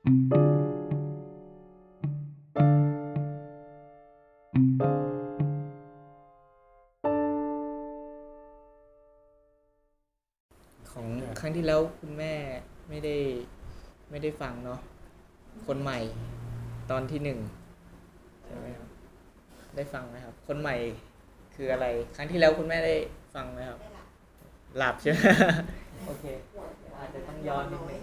ของครั้งที่แล้วคุณแม่ไม่ได้ฟังเนาะคนใหม่ตอนที่1ใช่ไหมครับได้ฟังไหมครับคนใหม่คืออะไรครั้งที่แล้วคุณแม่ได้ฟังไหมครับหลับใช่ไหม โอเคอาจจะต้องย้อนนิดนึง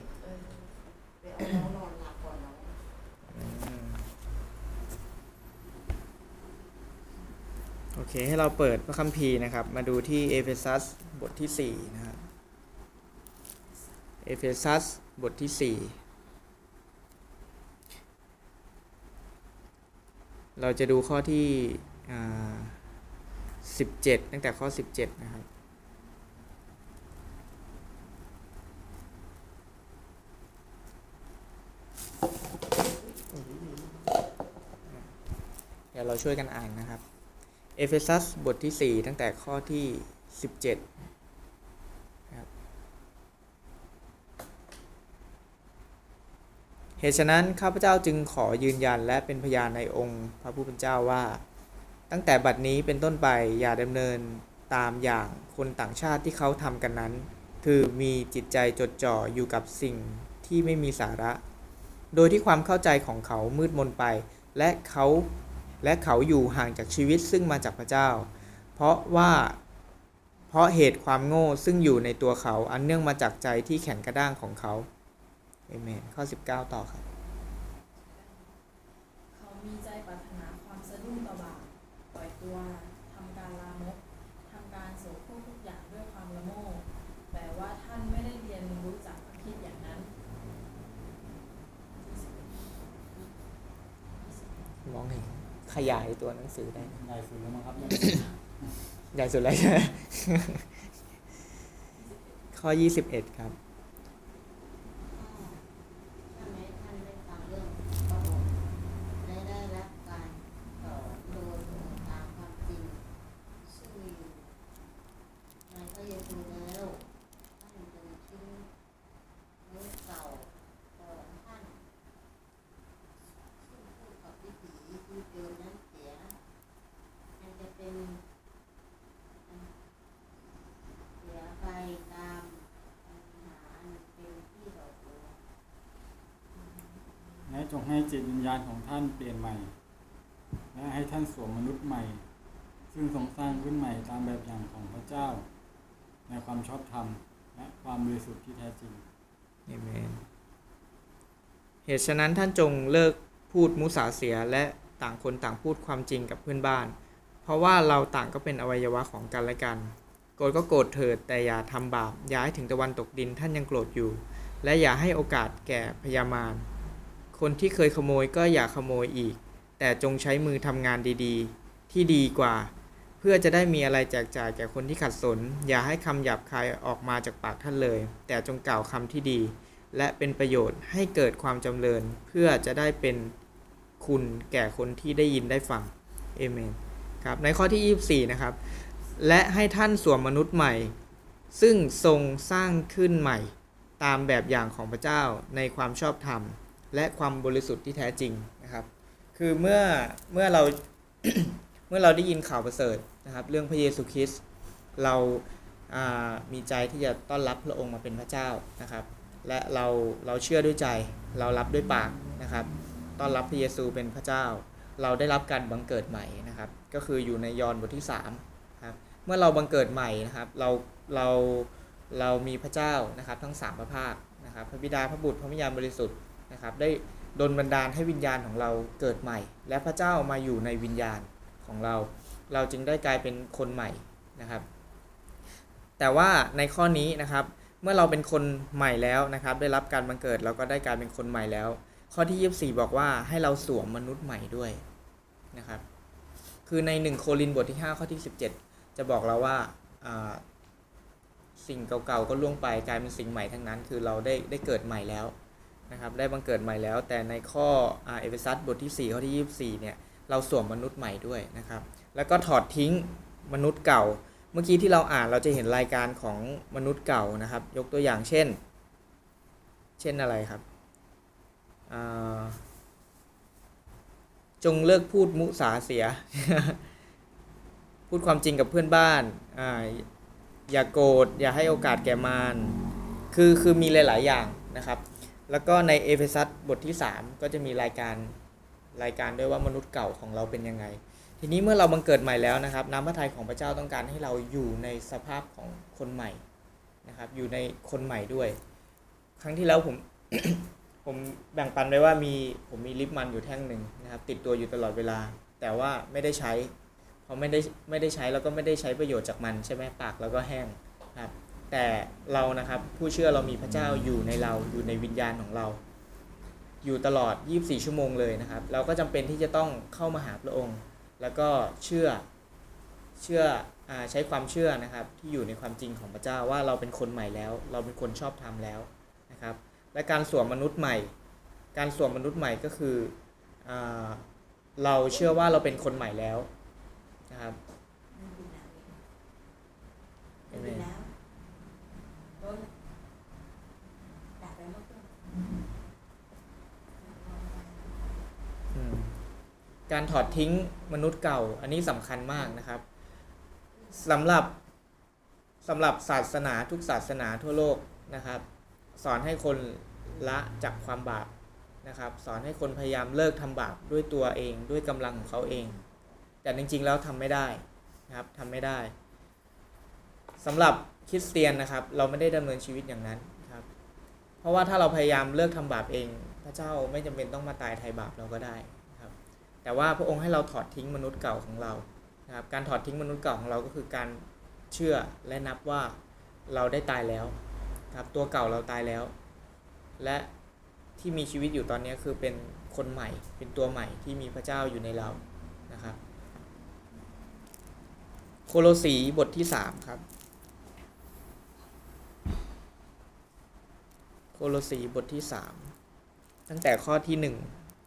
โอเคให้เราเปิดพระคัมภีร์นะครับมาดูที่เอเฟซัสบทที่4นะครับเอเฟซัสบทที่4เราจะดูข้อที่17ตั้งแต่ข้อ17นะครับเดี๋ยวเราช่วยกันอ่านนะครับเอเฟซัสบทที่4ตั้งแต่ข้อที่17ครับเหตุฉะนั้นข้าพเจ้าจึงขอยืนยันและเป็นพยานในองค์พระผู้เป็นเจ้าว่าตั้งแต่บัดนี้เป็นต้นไปอย่าดำเนินตามอย่างคนต่างชาติที่เขาทำกันนั้นคือมีจิตใจจดจ่ออยู่กับสิ่งที่ไม่มีสาระโดยที่ความเข้าใจของเขามืดมนไปและเขาอยู่ห่างจากชีวิตซึ่งมาจากพระเจ้าเพราะเหตุความโง่ซึ่งอยู่ในตัวเขาอันเนื่องมาจากใจที่แข็งกระด้างของเขาเอเมนข้อ19ต่อครับเขามีใจปรารถนาความสะดุ้งต่อบาปปล่อยตัวทำการลามกทำการโสโครกทุกอย่างด้วยความละโมบแต่ว่าท่านไม่ได้เรียนรู้จักพระคิดอย่างนั้นมองเห็นขยายตัวหนังสือได้ใหญ่สุดแล้วมั้งครับใหญ่สุดเลยใช่ไหม ข้อ21ครับและจงให้จิตวิญญาณของท่านเปลี่ยนใหม่และให้ท่านสวมมนุษย์ใหม่ซึ่งทรงสร้างขึ้นใหม่ตามแบบอย่างของพระเจ้าในความชอบธรรมและความบริสุทธิ์ที่แท้จริงเอเมนเหตุฉะนั้นท่านจงเลิกพูดมุสาเสียและต่างคนต่างพูดความจริงกับเพื่อนบ้านเพราะว่าเราต่างก็เป็นอวัยวะของกันและกันโกรธก็โกรธเถิดแต่อย่าทำบาปอย่าให้ถึงตะวันตกดินท่านยังโกรธอยู่และอย่าให้โอกาสแก่พยามารคนที่เคยขโมยก็อย่าขโมยอีกแต่จงใช้มือทำงานดีๆที่ดีกว่าเพื่อจะได้มีอะไรแจกจ่ายแก่คนที่ขัดสนอย่าให้คำหยาบคายออกมาจากปากท่านเลยแต่จงกล่าวคำที่ดีและเป็นประโยชน์ให้เกิดความจำเริญเพื่อจะได้เป็นคุณแก่คนที่ได้ยินได้ฟังเอเมนครับในข้อที่24นะครับและให้ท่านสวมมนุษย์ใหม่ซึ่งทรงสร้างขึ้นใหม่ตามแบบอย่างของพระเจ้าในความชอบธรรมและความบริสุทธิ์ที่แท้จริงนะครับคือเมื่อเรา เมื่อเราได้ยินข่าวประเสริฐนะครับเรื่องพระเยซูคริสต์เรามีใจที่จะต้อนรับพระองค์มาเป็นพระเจ้านะครับและเราเชื่อด้วยใจเรารับด้วยปากนะครับต้อนรับพระเยซูเป็นพระเจ้าเราได้รับการบังเกิดใหม่นะครับก็คืออยู่ในยอห์นบทที่3ครับเมื่อเราบังเกิดใหม่นะครับเรามีพระเจ้านะครับทั้ง3พระภาคนะครับพระบิดาพระบุตรพระวิญญาณบริสุทธิ์นะครับได้ดลบันดาลให้วิญญาณของเราเกิดใหม่และพระเจ้ามาอยู่ในวิญญาณของเราจึงได้กลายเป็นคนใหม่นะครับแต่ว่าในข้อนี้นะครับเมื่อเราเป็นคนใหม่แล้วนะครับได้รับการบังเกิดเราก็ได้กลายเป็นคนใหม่แล้วข้อที่24บอกว่าให้เราสวมมนุษย์ใหม่ด้วยนะครับคือใน1โครินธ์บทที่5ข้อที่17จะบอกเราว่าสิ่งเก่าๆก็ล่วงไปกลายเป็นสิ่งใหม่ทั้งนั้นคือเราได้เกิดใหม่แล้วนะครับได้บังเกิดใหม่แล้วแต่ในข้อเอเฟซัสบทที่4ข้อที่24เนี่ยเราสวมมนุษย์ใหม่ด้วยนะครับแล้วก็ถอดทิ้งมนุษย์เก่าเมื่อกี้ที่เราอ่านเราจะเห็นรายการของมนุษย์เก่านะครับยกตัวอย่างเช่นอะไรครับอ่าจงเลิกพูดมุสาเสีย พูดความจริงกับเพื่อนบ้านอย่าโกรธอย่าให้โอกาสแก่มารคือมีหลายๆอย่างนะครับ แล้วก็ในเอเฟซัสบทที่3ก็จะมีรายการด้วยว่ามนุษย์เก่าของเราเป็นยังไง ทีนี้เมื่อเราบังเกิดใหม่แล้วนะครับน้ำพระทัยของพระเจ้าต้องการให้เราอยู่ในสภาพของคนใหม่นะครับอยู่ในคนใหม่ด้วย ครั้งที่แล้วผม ผมแบ่งปันไว้ว่าผมมีลิปมันอยู่แท่งหนึ่งนะครับติดตัวอยู่ตลอดเวลาแต่ว่าไม่ได้ใช้พอไม่ได้ใช้แล้วก็ไม่ได้ใช้ประโยชน์จากมันใช่ไหมปากแล้วก็แห้งครับแต่เรานะครับผู้เชื่อเรามีพระเจ้าอยู่ในเราอยู่ในวิญญาณของเราอยู่ตลอด24ชั่วโมงเลยนะครับเราก็จำเป็นที่จะต้องเข้ามาหาพระองค์แล้วก็เชื่อใช้ความเชื่อนะครับที่อยู่ในความจริงของพระเจ้าว่าเราเป็นคนใหม่แล้วเราเป็นคนชอบธรรมแล้วนะครับและการสวมมนุษย์ใหม่ก็คือเราเชื่อว่าเราเป็นคนใหม่แล้วนะครับการถอดทิ้งมนุษย์เก่าอันนี้สำคัญมากนะครับสำหรับศาสนาทุกศาสนาทั่วโลกนะครับสอนให้คนละจากความบาปนะครับสอนให้คนพยายามเลิกทำบาปด้วยตัวเองด้วยกำลังของเขาเองแต่จริงๆแล้วทำไม่ได้นะครับทำไม่ได้สำหรับคริสเตียนนะครับเราไม่ได้ดำเนินชีวิตอย่างนั้นครับเพราะว่าถ้าเราพยายามเลิกทำบาปเองพระเจ้าไม่จำเป็นต้องมาตายไถ่บาปเราก็ได้ครับแต่ว่าพระองค์ให้เราถอดทิ้งมนุษย์เก่าของเรานะครับการถอดทิ้งมนุษย์เก่าของเราก็คือการเชื่อและนับว่าเราได้ตายแล้วครับตัวเก่าเราตายแล้วและที่มีชีวิตอยู่ตอนนี้คือเป็นคนใหม่เป็นตัวใหม่ที่มีพระเจ้าอยู่ในเรานะครับโคโลสีบทที่3ครับโคโลสีบทที่3ตั้งแต่ข้อที่1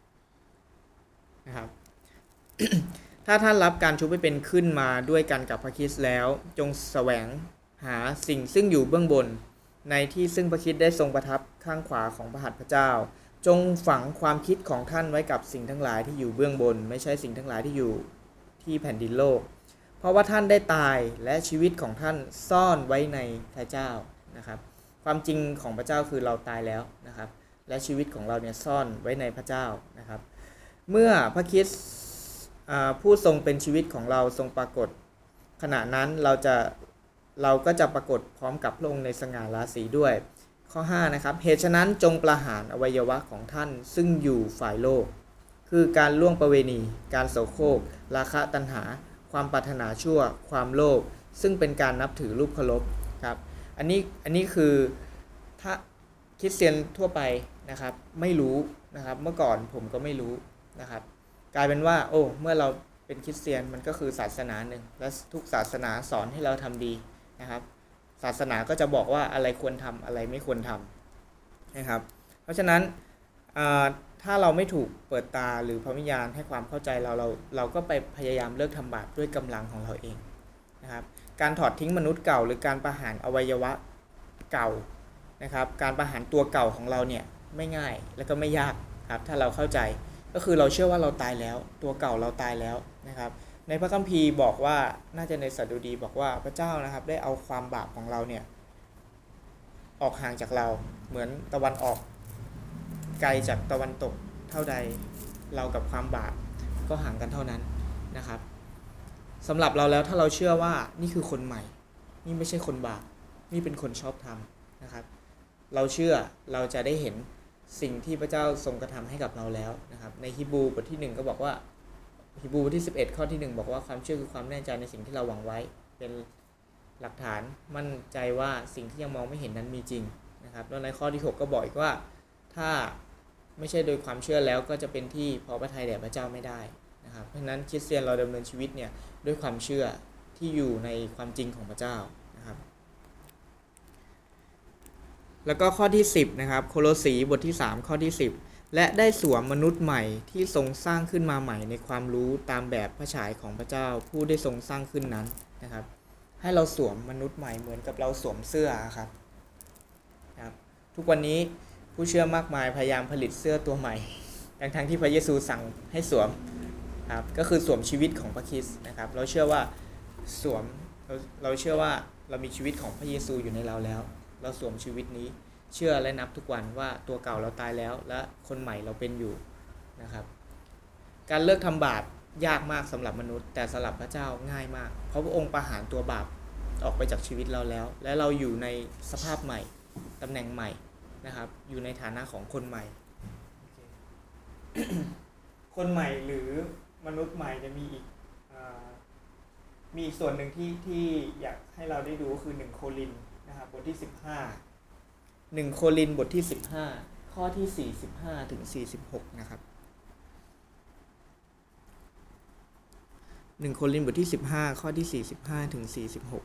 นะครับ ถ้าท่านรับการชุบให้เป็นขึ้นมาด้วยกันกับพระคริสต์แล้วจงแสวงหาสิ่งซึ่งอยู่เบื้องบนในที่ซึ่งพระคริสต์ได้ทรงประทับข้างขวาของพระหัตถ์พระเจ้าจงฝังความคิดของท่านไว้กับสิ่งทั้งหลายที่อยู่เบื้องบนไม่ใช่สิ่งทั้งหลายที่อยู่ที่แผ่นดินโลกเพราะว่าท่านได้ตายและชีวิตของท่านซ่อนไว้ในพระเจ้านะครับความจริงของพระเจ้าคือเราตายแล้วนะครับและชีวิตของเราเนี่ยซ่อนไว้ในพระเจ้านะครับเมื่อพระคริสต์ผู้ทรงเป็นชีวิตของเราทรงปรากฏขณะนั้นเราก็จะปรากฏพร้อมกับพระองค์ในสง่าราศีด้วยข้อ5นะครับเหตุฉะนั้นจงประหารอวัยวะของท่านซึ่งอยู่ฝ่ายโลกคือการล่วงประเวณีการโสโครกราคะตัณหาความปรารถนาชั่วความโลภซึ่งเป็นการนับถือรูปเคารพครับอันนี้คือถ้าคริสเตียนทั่วไปนะครับไม่รู้นะครับเมื่อก่อนผมก็ไม่รู้นะครับกลายเป็นว่าเมื่อเราเป็นคริสเตียนมันก็คือศาสนาหนึ่งและทุกศาสนาสอนให้เราทำดีนะครับศาสนาก็จะบอกว่าอะไรควรทำอะไรไม่ควรทำนะครับเพราะฉะนั้นถ้าเราไม่ถูกเปิดตาหรือพระวิญญาณให้ความเข้าใจเราก็ไปพยายามเลิกทำบาปด้วยกำลังของเราเองนะครับการถอดทิ้งมนุษย์เก่าหรือการประหารอวัยวะเก่านะครับการประหารตัวเก่าของเราเนี่ยไม่ง่ายและก็ไม่ยากครับถ้าเราเข้าใจก็คือเราเชื่อว่าเราตายแล้วตัวเก่าเราตายแล้วนะครับในพระคัมภีร์บอกว่าน่าจะในสดุดีบอกว่าพระเจ้านะครับได้เอาความบาปของเราเนี่ยออกห่างจากเราเหมือนตะวันออกไกลจากตะวันตกเท่าใดเรากับความบาปก็ห่างกันเท่านั้นนะครับสำหรับเราแล้วถ้าเราเชื่อว่านี่คือคนใหม่นี่ไม่ใช่คนบาปนี่เป็นคนชอบธรรมนะครับเราเชื่อเราจะได้เห็นสิ่งที่พระเจ้าทรงกระทำให้กับเราแล้วนะครับในฮีบรูบทที่1ก็บอกว่าฮีบรูบทที่11ข้อที่1บอกว่าความเชื่อคือความแน่ใจในสิ่งที่เราหวังไว้เป็นหลักฐานมั่นใจว่าสิ่งที่ยังมองไม่เห็นนั้นมีจริงนะครับแล้วในข้อที่6ก็บอกอีกว่าถ้าไม่ใช่โดยความเชื่อแล้วก็จะเป็นที่พอพระทัยแด่พระเจ้าไม่ได้นะครับเพราะฉะนั้นคริสเตียนเราดำเนินชีวิตเนี่ยด้วยความเชื่อที่อยู่ในความจริงของพระเจ้านะครับแล้วก็ข้อที่10นะครับโคโลสีบทที่3ข้อที่10และได้สวมมนุษย์ใหม่ที่ทรงสร้างขึ้นมาใหม่ในความรู้ตามแบบพระฉายของพระเจ้าผู้ได้ทรงสร้างขึ้นนั้นนะครับให้เราสวมมนุษย์ใหม่เหมือนกับเราสวมเสื้อครับทุกวันนี้ผผู้เชื่อมากมายพยายามผลิตเสื้อตัวใหม่ทั้งที่พระเยซูสั่งให้สวมครับก็คือสวมชีวิตของพระคริสต์นะครับเราเชื่อว่าสวมเราเชื่อว่าเรามีชีวิตของพระเยซูอยู่ในเราแล้วเราสวมชีวิตนี้เชื่อและนับทุกวันว่าตัวเก่าเราตายแล้วและคนใหม่เราเป็นอยู่นะครับการเลิกทำบาปยากมากสำหรับมนุษย์แต่สำหรับพระเจ้าง่ายมากเพราะพระองค์ประหารตัวบาปออกไปจากชีวิตเราแล้วและเราอยู่ในสภาพใหม่ตำแหน่งใหม่นะครับอยู่ในฐานะของคนใหม่ คนใหม่หรือมนุษย์ใหม่จะมีอีกส่วนหนึ่งที่อยากให้เราได้ดูก็คือ1 โครินธ์นะครับบทที่15 1 โครินธ์บทที่15ข้อที่45ถึง46นะครับ1 โครินธ์บทที่15ข้อที่45ถึง46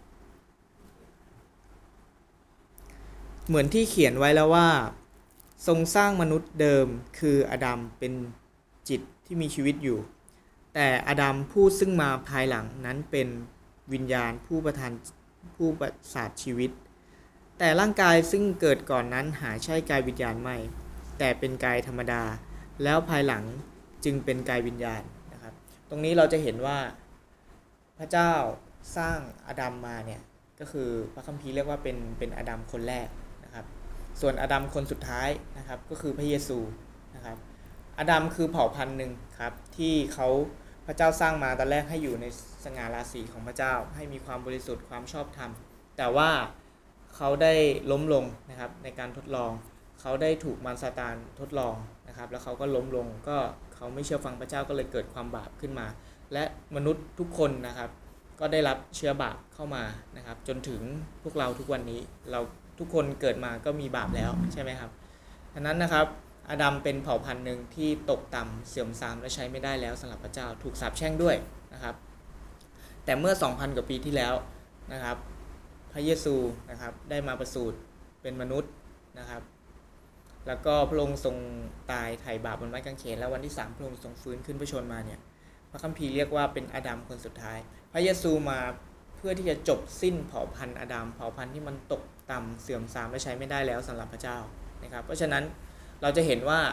เหมือนที่เขียนไว้แล้วว่าทรงสร้างมนุษย์เดิมคืออาดัมเป็นจิตที่มีชีวิตอยู่แต่อาดัมผู้ซึ่งมาภายหลังนั้นเป็นวิญญาณผู้ประสาทชีวิตแต่ร่างกายซึ่งเกิดก่อนนั้นหาใช่กายวิญญาณไม่แต่เป็นกายธรรมดาแล้วภายหลังจึงเป็นกายวิญญาณนะครับตรงนี้เราจะเห็นว่าพระเจ้าสร้างอาดัมมาเนี่ยก็คือพระคัมภีร์เรียกว่าเป็นอาดัมคนแรกนะครับส่วนอาดัมคนสุดท้ายนะครับก็คือพระเยซูนะครับอาดัมคือเผ่าพันธุ์หนึ่งครับที่พระเจ้าสร้างมาตอนแรกให้อยู่ในสง่าราศีของพระเจ้าให้มีความบริสุทธิ์ความชอบธรรมแต่ว่าเขาได้ล้มลงนะครับในการทดลองเขาได้ถูกมารซาตานทดลองนะครับแล้วเขาก็ล้มลงก็เขาไม่เชื่อฟังพระเจ้าก็เลยเกิดความบาปขึ้นมาและมนุษย์ทุกคนนะครับก็ได้รับเชื้อบาปเข้ามานะครับจนถึงพวกเราทุกวันนี้เราทุกคนเกิดมาก็มีบาปแล้วใช่ไหมครับฉะนั้นนะครับอาดัมเป็นเผ่าพันธุ์หนึ่งที่ตกต่ำเสื่อมทรามและใช้ไม่ได้แล้วสำหรับพระเจ้าถูกสาปแช่งด้วยนะครับแต่เมื่อ 2,000 กว่าปีที่แล้วนะครับพระเยซูนะครับได้มาประสูติเป็นมนุษย์นะครับแล้วก็พระองค์ทรงตายไถ่บาปบนไม้กางเขนแล้ววันที่3พระองค์ทรงฟื้นขึ้นพระชนมาเนี่ยพระคัมภีร์เรียกว่าเป็นอาดัมคนสุดท้ายพระเยซูมาเพื่อที่จะจบสิ้นเผ่าพันธุ์อาดัมเผ่าพันธุ์ที่มันตกต่ำเสื่อมทรามและใช้ไม่ได้แล้วสำหรับพระเจ้านะครับเพราะฉะนั้นเราจะเห็นว่า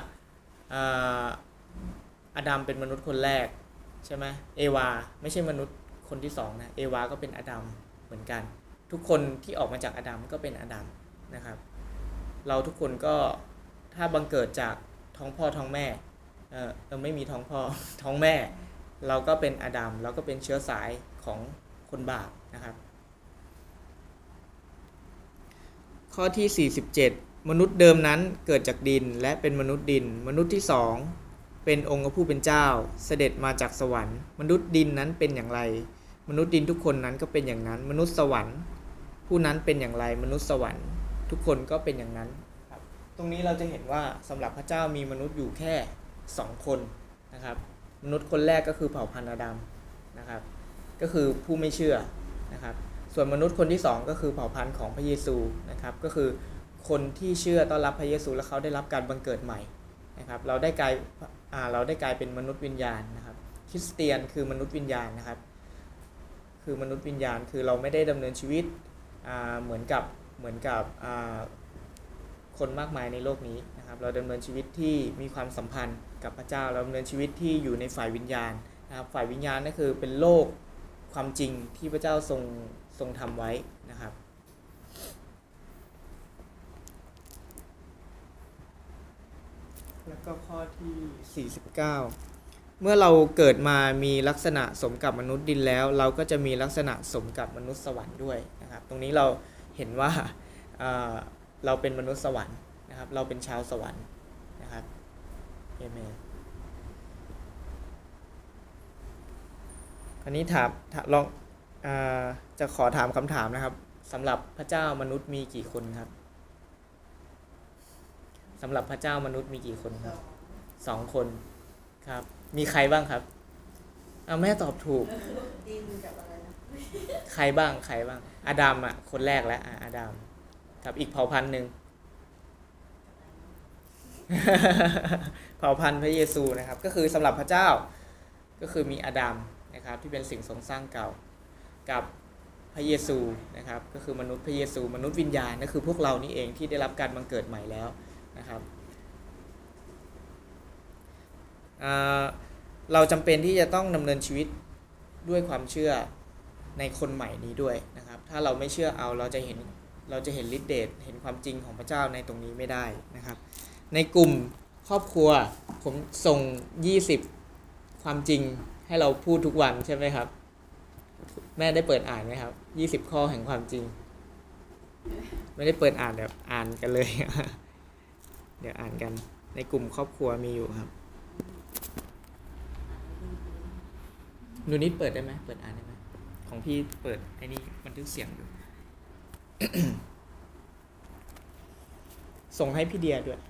อาดัมเป็นมนุษย์คนแรกใช่ไหมเอวาไม่ใช่มนุษย์คนที่2นะเอวาก็เป็นอาดัมเหมือนกันทุกคนที่ออกมาจากอาดัมก็เป็นอาดัมนะครับเราทุกคนก็ถ้าบังเกิดจากท้องพ่อท้องแม่ไม่มีท้องพ่อท้องแม่เราก็เป็นอาดัมเราก็เป็นเชื้อสายของคนบาปนะครับข้อที่47มนุษย์เดิมนั้นเกิดจากดินและเป็นมนุษย์ดินมนุษย์ที่2เป็นองค์ผู้เป็นเจ้าเสด็จมาจากสวรรค์มนุษย์ดินนั้นเป็นอย่างไรมนุษย์ดินทุกคนนั้นก็เป็นอย่างนั้นมนุษย์สวรรค์ผู้นั้นเป็นอย่างไรมนุษย์สวรรค์ทุกคนก็เป็นอย่างนั้นครับตรงนี้เราจะเห็นว่าสำหรับพระเจ้ามีมนุษย์อยู่แค่2คนนะครับมนุษย์คนแรกก็คือเผ่าพันธุ์อาดัมนะครับก็คือผู้ไม่เชื่อนะครับส่วนมนุษย์คนที่2ก็คือเผ่าพันธุ์ของพระเยซูนะครับก็คือคนที่เชื่อต้อนรับพระเยซูและเขาได้รับการบังเกิดใหม่นะครับเราได้กลายเป็นมนุษย์วิญญาณนะครับคริสเตียนคือมนุษย์วิญญาณนะครับคือมนุษย์วิญญาณคือเราไม่ได้ดำเนินชีวิตเหมือนกับคนมากมายในโลกนี้นะครับเราดำเนินชีวิตที่มีความสัมพันธ์กับพระเจ้าเราดำเนินชีวิตที่อยู่ในฝ่ายวิญญาณนะครับฝ่ายวิญญาณนั่นคือเป็นโลกความจริงที่พระเจ้าทรงทำไว้นะครับแล้วก็ข้อที่49เมื่อเราเกิดมามีลักษณะสมกับมนุษย์ดินแล้วเราก็จะมีลักษณะสมกับมนุษย์สวรรค์ด้วยนะครับตรงนี้เราเห็นว่าเราเป็นมนุษย์สวรรค์นะครับเราเป็นชาวสวรรค์นะครับเอเมนอันนี้ลองจะขอถามคำถามนะครับสำหรับพระเจ้ามนุษย์มีกี่คนครับสำหรับพระเจ้ามนุษย์มีกี่คนครับ2 คนครับมีใครบ้างครับแม่ตอบถูกดินกับอะไรนะใครบ้างอาดัมคนแรกแล้วอาดัมกับอีกเผ่าพันธุ์หนึ่ง เผ่าพันธุ์พระเยซูนะครับก็คือสำหรับพระเจ้าก็คือมีอาดัมนะครับที่เป็นสิ่งทรงสร้างเก่ากับพระเยซูนะครับก็คือมนุษย์พระเยซูมนุษย์วิญญาณก็คือพวกเรานี่เองที่ได้รับการบังเกิดใหม่แล้วนะครับเราจำเป็นที่จะต้องดำเนินชีวิตด้วยความเชื่อในคนใหม่นี้ด้วยนะครับถ้าเราไม่เชื่อเอาเราจะเห็นฤทธิ์เดชเห็นความจริงของพระเจ้าในตรงนี้ไม่ได้นะครับในกลุ่มครอบครัวผมส่ง20ความจริงให้เราพูดทุกวันใช่ไหมครับแม่ได้เปิดอ่านไหมครับ20ข้อแห่งความจริงไม่ได้เปิดอ่านเดี๋ยวอ่านกันเลย เดี๋ยวอ่านกันในกลุ่มครอบครัวมีอยู่ครับนูนิดเปิดได้ไหมเปิดอ่านได้ไหมของพี่เปิดไอ้นี่บันทึกเสียงอยู่ ส่งให้พี่เดียด้วย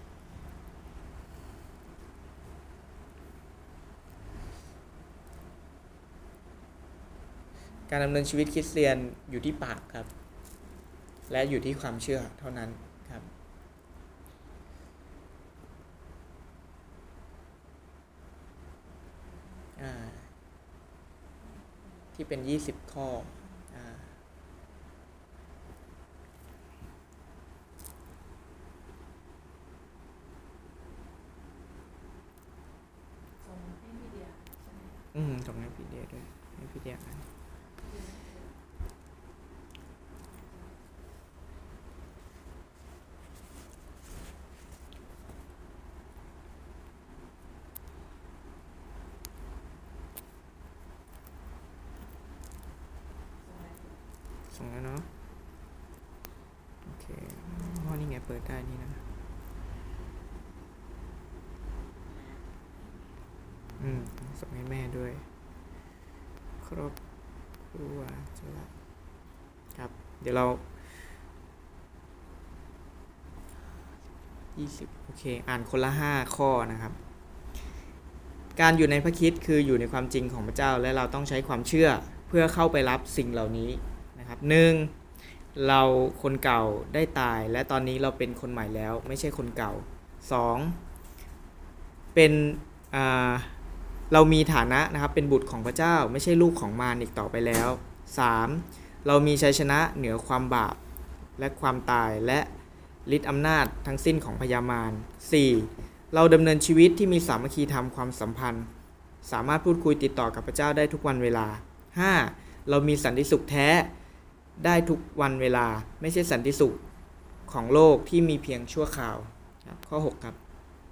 การดำเนินชีวิตคริสเตียนอยู่ที่ปากครับและอยู่ที่ความเชื่อเท่านั้นครับที่เป็น20ข้อส่งให้พี่เดียใช่ไหมส่งให้พี่เดียด้วยให้พี่เดียอ่านส่งแล้วเนาะโอเคนี่ไงเปิดได้นี่นะส่งให้แม่ด้วยครอบครัวจะละครับเดี๋ยวเรา20โอเคอ่านคนละ5ข้อนะครับการอยู่ในพระคริสต์คืออยู่ในความจริงของพระเจ้าและเราต้องใช้ความเชื่อเพื่อเข้าไปรับสิ่งเหล่านี้นะครับ1เราคนเก่าได้ตายและตอนนี้เราเป็นคนใหม่แล้วไม่ใช่คนเก่า2เป็นเรามีฐานะนะครับเป็นบุตรของพระเจ้าไม่ใช่ลูกของมารอีกต่อไปแล้ว3เรามีชัยชนะเหนือความบาปและความตายและฤทธิ์อำนาจทั้งสิ้นของพญามาร4เราดำเนินชีวิตที่มีสามัคคีธรรมความสัมพันธ์สามารถพูดคุยติดต่อกับพระเจ้าได้ทุกวันเวลา5เรามีสันติสุขแท้ได้ทุกวันเวลาไม่ใช่สันติสุขของโลกที่มีเพียงชั่วคราวครับข้อ6ครับ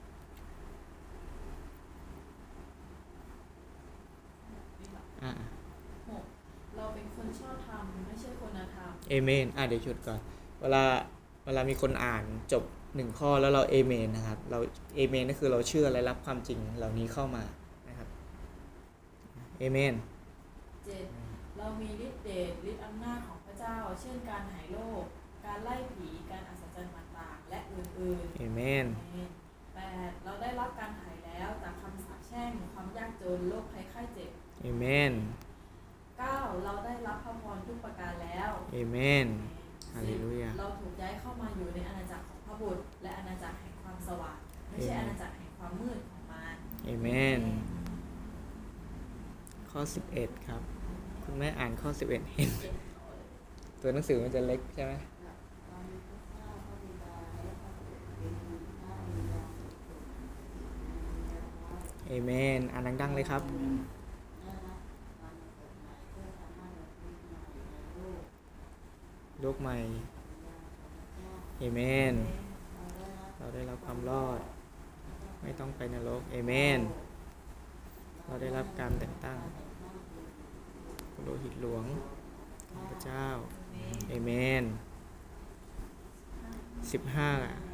เราเป็นคนชอบธรรมไม่ใช่คนธรรมเอเมนเดี๋ยวหยุดก่อนเวลามีคนอ่านจบ1ข้อแล้วเราเอเมนนะครับเราเอเมนก็คือเราเชื่อและรับความจริงเหล่านี้เข้ามานะครับเอเมน 7เรามีฤทธิ์เดชฤทธิ์อำนาจของพระเจ้าเช่นการหายโรคการไล่ผีการอัศจรรย์ต่างๆและอื่นๆเอเมน 8เราได้รับการหายแล้วจากคำสาปแช่งความยากจนโรคภัยไข้เจ็บเอเมน 9เราได้รับพระพรทุกประการแล้วเอเมนฮาเลลูยาเราถูกย้ายเข้ามาอยู่ในอาณาจักรของพระบุตรและอาณาจักรแห่งความสว่างไม่ใช่อาณาจักรแห่งความมืดของมารเอเมนข้อ11ครับคุณแม่อ่านข้อ11เห็นตัวหนังสือมันจะเล็กใช่ไหมเอเมนอ่านดังๆเลยครับโลกใหม่เอเมนเราได้รับความรอดไม่ต้องไปนรกเอเมนเราได้รับการแต่งตั้งโลหิตหลวงของพระเจ้าเอเมน15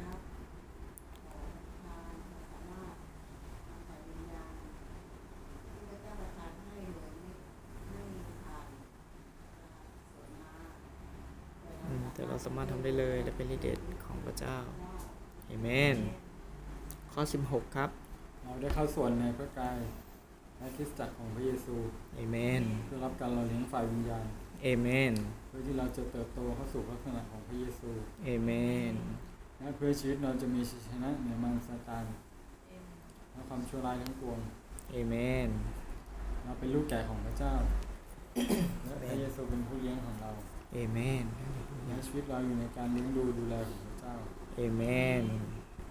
แต่เราสามารถทำได้เลยและเป็นฤทธิ์เดชของพระเจ้าเอเมนข้อ16ครับเราได้เข้าส่วนในพระกายและคริสตจักรของพระเยซูเอเมนเพื่อรับการหล่อเลี้ยงฝ่ายวิญญาณเอเมนเพื่อที่เราจะเติบโตเข้าสู่ลักษณะของพระเยซูเอเมนและเพื่อชีวิตเราจะมีชัยชนะเหนือมารซาตานและความชั่วร้ายทั้งปวงเอเมนเราเป็นลูกแกะของพระเจ้าและพระเยซูเป็นผู้เลี้ยงของเราเอเมนและชีวิตเราอยู่ในการเลี้ยงดูแลของพระเจ้าเอเมน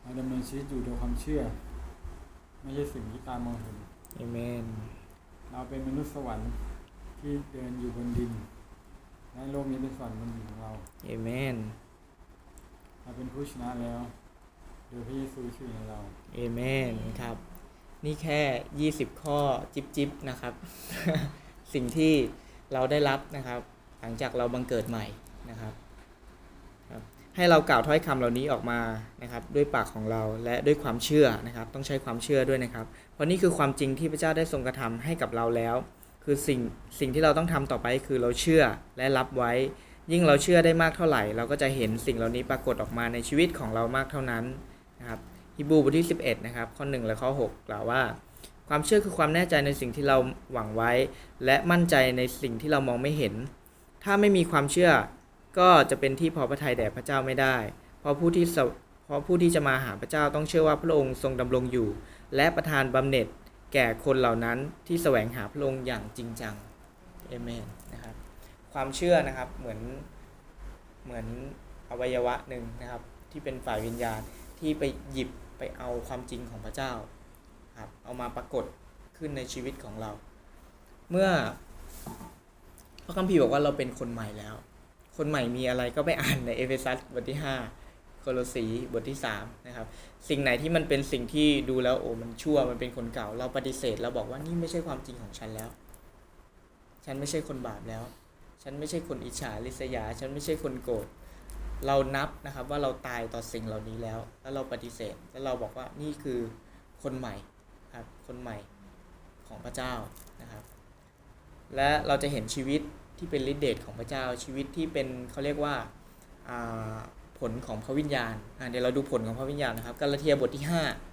เราดำเนินชีวิตอยู่โดยความเชื่อ ไม่ใช่สิ่งที่ตามองเห็นเอเมนเราเป็นมนุษย์สวรรค์ที่เดินอยู่บนดิน และโลกนี้เป็นสวรรค์บนดินของเราเอเมนเราเป็นผู้ชนะแล้ว โดยพระเยซูชื่อในเราเอเมนครับ นี่แค่ 20 ข้อจิบๆนะครับ สิ่งที่เราได้รับนะครับ หลังจากเราบังเกิดใหม่นะครับ ให้เรากล่าวถ้อยคำเหล่านี้ออกมานะครับด้วยปากของเราและด้วยความเชื่อนะครับ ต้องใช้ความเชื่อด้วยนะครับ เพราะนี่คือความจริงที่พระเจ้าได้ทรงกระทำให้กับเราแล้ว คือสิ่งที่เราต้องทำต่อไปคือเราเชื่อและรับไว้ ยิ่งเราเชื่อได้มากเท่าไหร่ เราก็จะเห็นสิ่งเหล่านี้ปรากฏออกมาในชีวิตของเรามากเท่านั้นนะครับฮีบรูบทที่11นะครับข้อ1และข้อ6กล่าวว่าความเชื่อคือความแน่ใจในสิ่งที่เราหวังไว้ และมั่นใจในสิ่งที่เรามองไม่เห็น ถ้าไม่มีความเชื่อก็จะเป็นที่พอพระทัยแด่พระเจ้าไม่ได้ เพราะผู้ที่จะมาหาพระเจ้าต้องเชื่อว่าพระองค์ทรงดำรงอยู่ และประทานบำเหน็จแก่คนเหล่านั้นที่แสวงหาพระองค์อย่างจริงจังเอเมนนะครับความเชื่อนะครับเหมือนอวัยวะหนึ่งนะครับที่เป็นฝ่ายวิญญาณที่ไปหยิบไปเอาความจริงของพระเจ้าครับเอามาปรากฏขึ้นในชีวิตของเรา เมื่อพระคัมภีร์บอกว่าเราเป็นคนใหม่แล้วคนใหม่มีอะไรก็ไปอ่านในเอเฟซัสบทที่5โคโลสีบทที่3นะครับสิ่งไหนที่มันเป็นสิ่งที่ดูแล้วโอ้มันชั่วมันเป็นคนเก่าเราปฏิเสธเราบอกว่านี่ไม่ใช่ความจริงของฉันแล้วฉันไม่ใช่คนบาปแล้วฉันไม่ใช่คนอิจฉาริษยาฉันไม่ใช่คนโกรธเรานับนะครับว่าเราตายต่อสิ่งเหล่านี้แล้วเราปฏิเสธแล้วเราบอกว่านี่คือคนใหม่ครับคนใหม่ของพระเจ้านะครับและเราจะเห็นชีวิตที่เป็นฤทธิเดชของพระเจ้าชีวิตที่เป็นเขาเรียกว่าผลของพระวิญญาณเดี๋ยวเราดูผลของพระวิญญาณนะครับกาลาเทียบทที่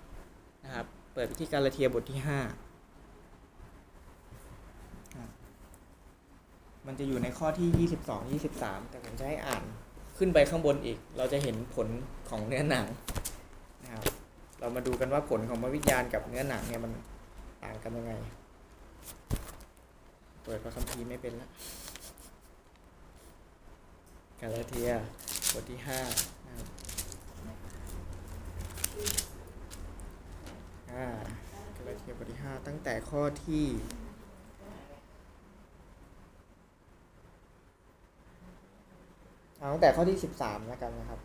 5นะครับเปิดไปที่กาลาเทียบทที่5มันจะอยู่ในข้อที่22 23แต่ผมจะให้อ่านขึ้นไปข้างบนอีกเราจะเห็นผลของเนื้อหนังนะครับเรามาดูกันว่าผลของพระวิญญาณกับเนื้อหนังเนี่ยมันต่างกันยังไงเปิดพระคัมภีร์ไม่เป็นละกาลาเทียบทที่5นะครับกาลาเทียบทที่5ตั้งแต่ข้อที่ตั้งแต่ข้อที่13แล้วกันนะครับ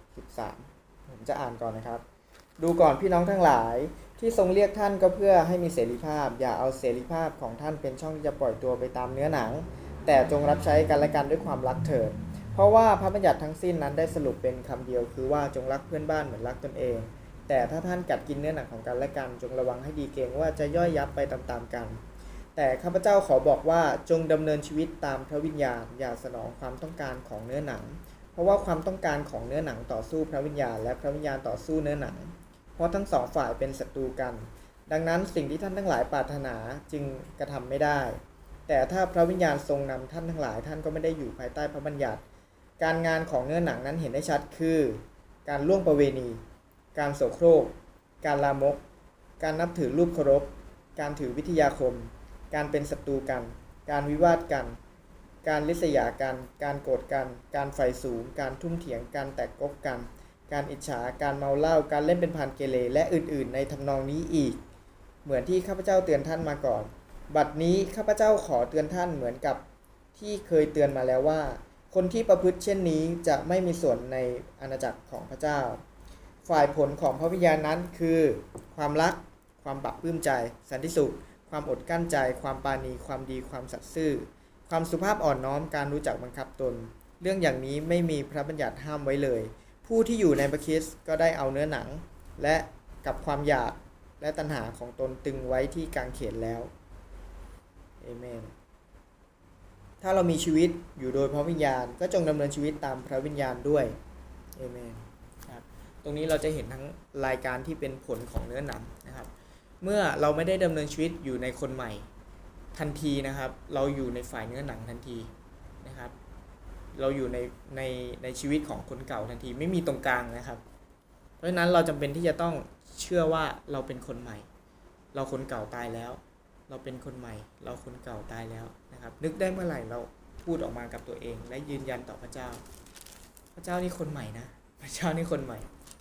13ผมจะอ่านก่อนนะครับดูก่อนพี่น้องทั้งหลายที่ทรงเรียกท่านก็เพื่อให้มีเสรีภาพอย่าเอาเสรีภาพของท่านเป็นช่องที่จะปล่อยตัวไปตามเนื้อหนังแต่จงรับใช้กันและกันด้วยความรักเถิดเพราะว่าพระบัญญัติทั้งสิ้นนั้นได้สรุปเป็นคำเดียวคือว่าจงรักเพื่อนบ้านเหมือนรักตนเองแต่ถ้าท่านกัดกินเนื้อหนังของกันและกันจงระวังให้ดีเกรงว่าจะย่อยยับไปตามๆกันแต่ข้าพเจ้าขอบอกว่าจงดำเนินชีวิตตามพระวิญญาณอย่าสนองความต้องการของเนื้อหนังเพราะว่าความต้องการของเนื้อหนังต่อสู้พระวิญญาณและพระวิญญาณต่อสู้เนื้อหนังเพราะทั้งสองฝ่ายเป็นศัตรูกันดังนั้นสิ่งที่ท่านทั้งหลายปรารถนาจึงกระทำไม่ได้แต่ถ้าพระวิญญาณทรงนำท่านทั้งหลายท่านก็ไม่ได้อยู่ภายใต้พระบัญญัติการงานของเนื้อหนังนั้นเห็นได้ชัดคือการล่วงประเวณีการโสโครกการลามกการนับถือรูปเคารพการถือวิทยาคมการเป็นศัตรูกันการวิวาทกันการริษยากันการโกรธกันการใฝ่สูงการทุ่มเถียงการแตกกกกันการอิจฉาการเมาเหล้าการเล่นเป็นพานเกเรและอื่นๆในทำนองนี้อีกเหมือนที่ข้าพเจ้าเตือนท่านมาก่อนบัดนี้ข้าพเจ้าขอเตือนท่านเหมือนกับที่เคยเตือนมาแล้วว่าคนที่ประพฤติเช่นนี้จะไม่มีส่วนในอาณาจักรของพระเจ้าฝ่ายผลของพระวิญญาณนั้นคือความรักความปลื้มใจสันติสุขความอดกลั้นใจความปราณีความดีความสัตย์ซื่อความสุภาพอ่อนน้อมการรู้จักบังคับตนเรื่องอย่างนี้ไม่มีพระบัญญัติห้ามไว้เลยผู้ที่อยู่ในพระคริสต์ก็ได้เอาเนื้อหนังและกับความอยากและตัณหาของตนตึงไว้ที่กางเขนแล้วเอเมนถ้าเรามีชีวิตอยู่โดยพระวิญญาณก็จงดำเนินชีวิตตามพระวิญญาณด้วยเอเมนครับตรงนี้เราจะเห็นทั้งรายการที่เป็นผลของเนื้อหนังนะครับเมื่อเราไม่ได้ดำเนินชีวิตอยู่ในคนใหม่ทันทีนะครับเราอยู่ในฝ่ายเนื้อหนังทันทีนะครับเราอยู่ในชีวิตของคนเก่าทันทีไม่มีตรงกลางนะครับเพราะฉะนั้นเราจำเป็นที่จะต้องเชื่อว่าเราเป็นคนใหม่เราคนเก่าตายแล้วเราเป็นคนใหม่เราคนเก่าตายแล้วนะครับนึกได้เมื่อไหร่เราพูดออกมากับตัวเองและยืนยันต่อพระเจ้าพระเจ้านี่คนใหม่นะพระเจ้านี่คนใหม่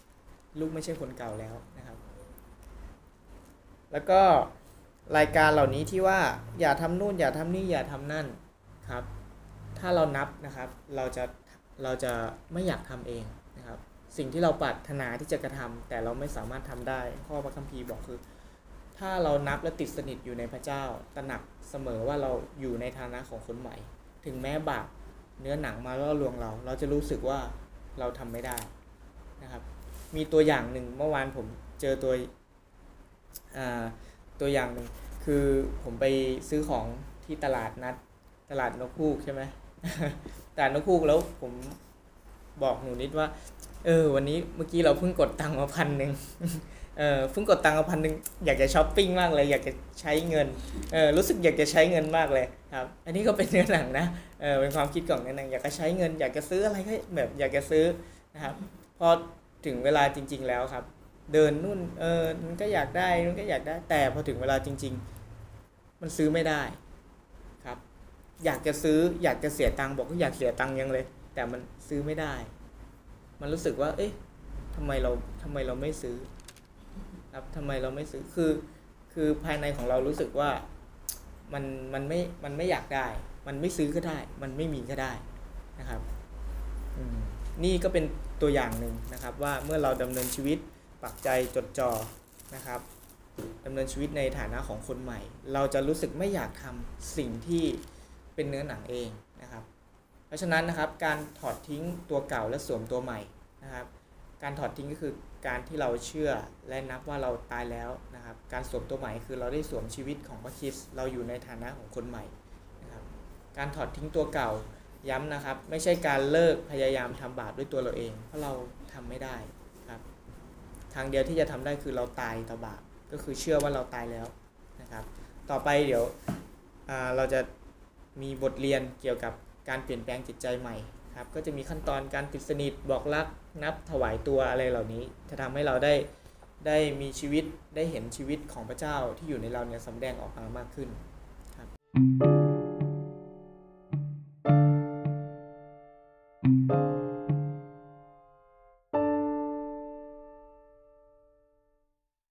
ลูกไม่ใช่คนเก่าแล้วนะครับ แล้วก็รายการเหล่านี้ที่ว่าอย่าทำนู่นอย่าทำนี่อย่าทำนั่นครับ ถ้าเรานับนะครับเราจะไม่อยากทำเองนะครับ สิ่งที่เราปรารถนาที่จะกระทำแต่เราไม่สามารถทำได้ข้อพระคัมภีร์บอกคือ ถ้าเรานับและติดสนิทอยู่ในพระเจ้าตระหนักเสมอว่าเราอยู่ในฐานะของคนใหม่ ถึงแม้บาปเนื้อหนังมาล่อลวงเราจะรู้สึกว่าเราทำไม่ได้นะครับ มีตัวอย่างหนึ่งเมื่อวานผมเจอตัวอย่างหนึ่งคือผมไปซื้อของที่ตลาดนกฮูกใช่ไหม ตลาดนกฮูกแล้วผมบอกหนูนิดว่าวันนี้เมื่อกี้เราเพิ่งกดตังค์มา1,000 เพิ่งกดตังค์มา1,000อยากจะช้อปปิ้งมากเลยอยากจะใช้เงินรู้สึกอยากจะใช้เงินมากเลยครับอันนี้ก็เป็นเนื้อหนังนะเป็นความคิดของเนื้อหนังอยากจะใช้เงินอยากจะซื้ออะไรก็แบบอยากจะซื้อนะครับพอถึงเวลาจริงๆแล้วครับเดินนู่นมันก็อยากได้มันก็อยากได้แต่พอถึงเวลาจริงๆมันซื้อไม่ได้ครับอยากจะซื้ออยากจะเสียตังค์บอกก็อยากเสียตังค์ยังเลยแต่มันซื้อไม่ได้มันรู้สึกว่าเอ๊ะทำไมเราไม่ซื้อครับทำไมเราไม่ซื้อคือภายในของเรารู้สึกว่ามันไม่อยากได้มันไม่ซื้อก็ได้มันไม่มีก็ได้นะครับนี่ก็เป็นตัวอย่างหนึ่งนะครับว่าเมื่อเราดำเนินชีวิตปักใจจดจ่อนะครับดำเนินชีวิตในฐานะของคนใหม่เราจะรู้สึกไม่อยากทำสิ่งที่เป็นเนื้อหนังเองนะครับเพราะฉะนั้นนะครับการถอดทิ้งตัวเก่าและสวมตัวใหม่นะครับการถอดทิ้งก็คือการที่เราเชื่อและนับว่าเราตายแล้วนะครับการสวมตัวใหม่คือเราได้สวมชีวิตของพระคริสต์เราอยู่ในฐานะของคนใหม่นะครับการถอดทิ้งตัวเก่าย้ำนะครับไม่ใช่การเลิกพยายามทำบาปด้วยตัวเราเองเพราะเราทำไม่ได้ครับทางเดียวที่จะทำได้คือเราตายต่อบาปก็คือเชื่อว่าเราตายแล้วนะครับต่อไปเดี๋ยวเราจะมีบทเรียนเกี่ยวกับการเปลี่ยนแปลงจิตใจใหม่ครับก็จะมีขั้นตอนการติดสนิทบอกรักนับถวายตัวอะไรเหล่านี้จะทำให้เราได้มีชีวิตได้เห็นชีวิตของพระเจ้าที่อยู่ในเราเนี่ยสำแดงออกมามากขึ้นครับ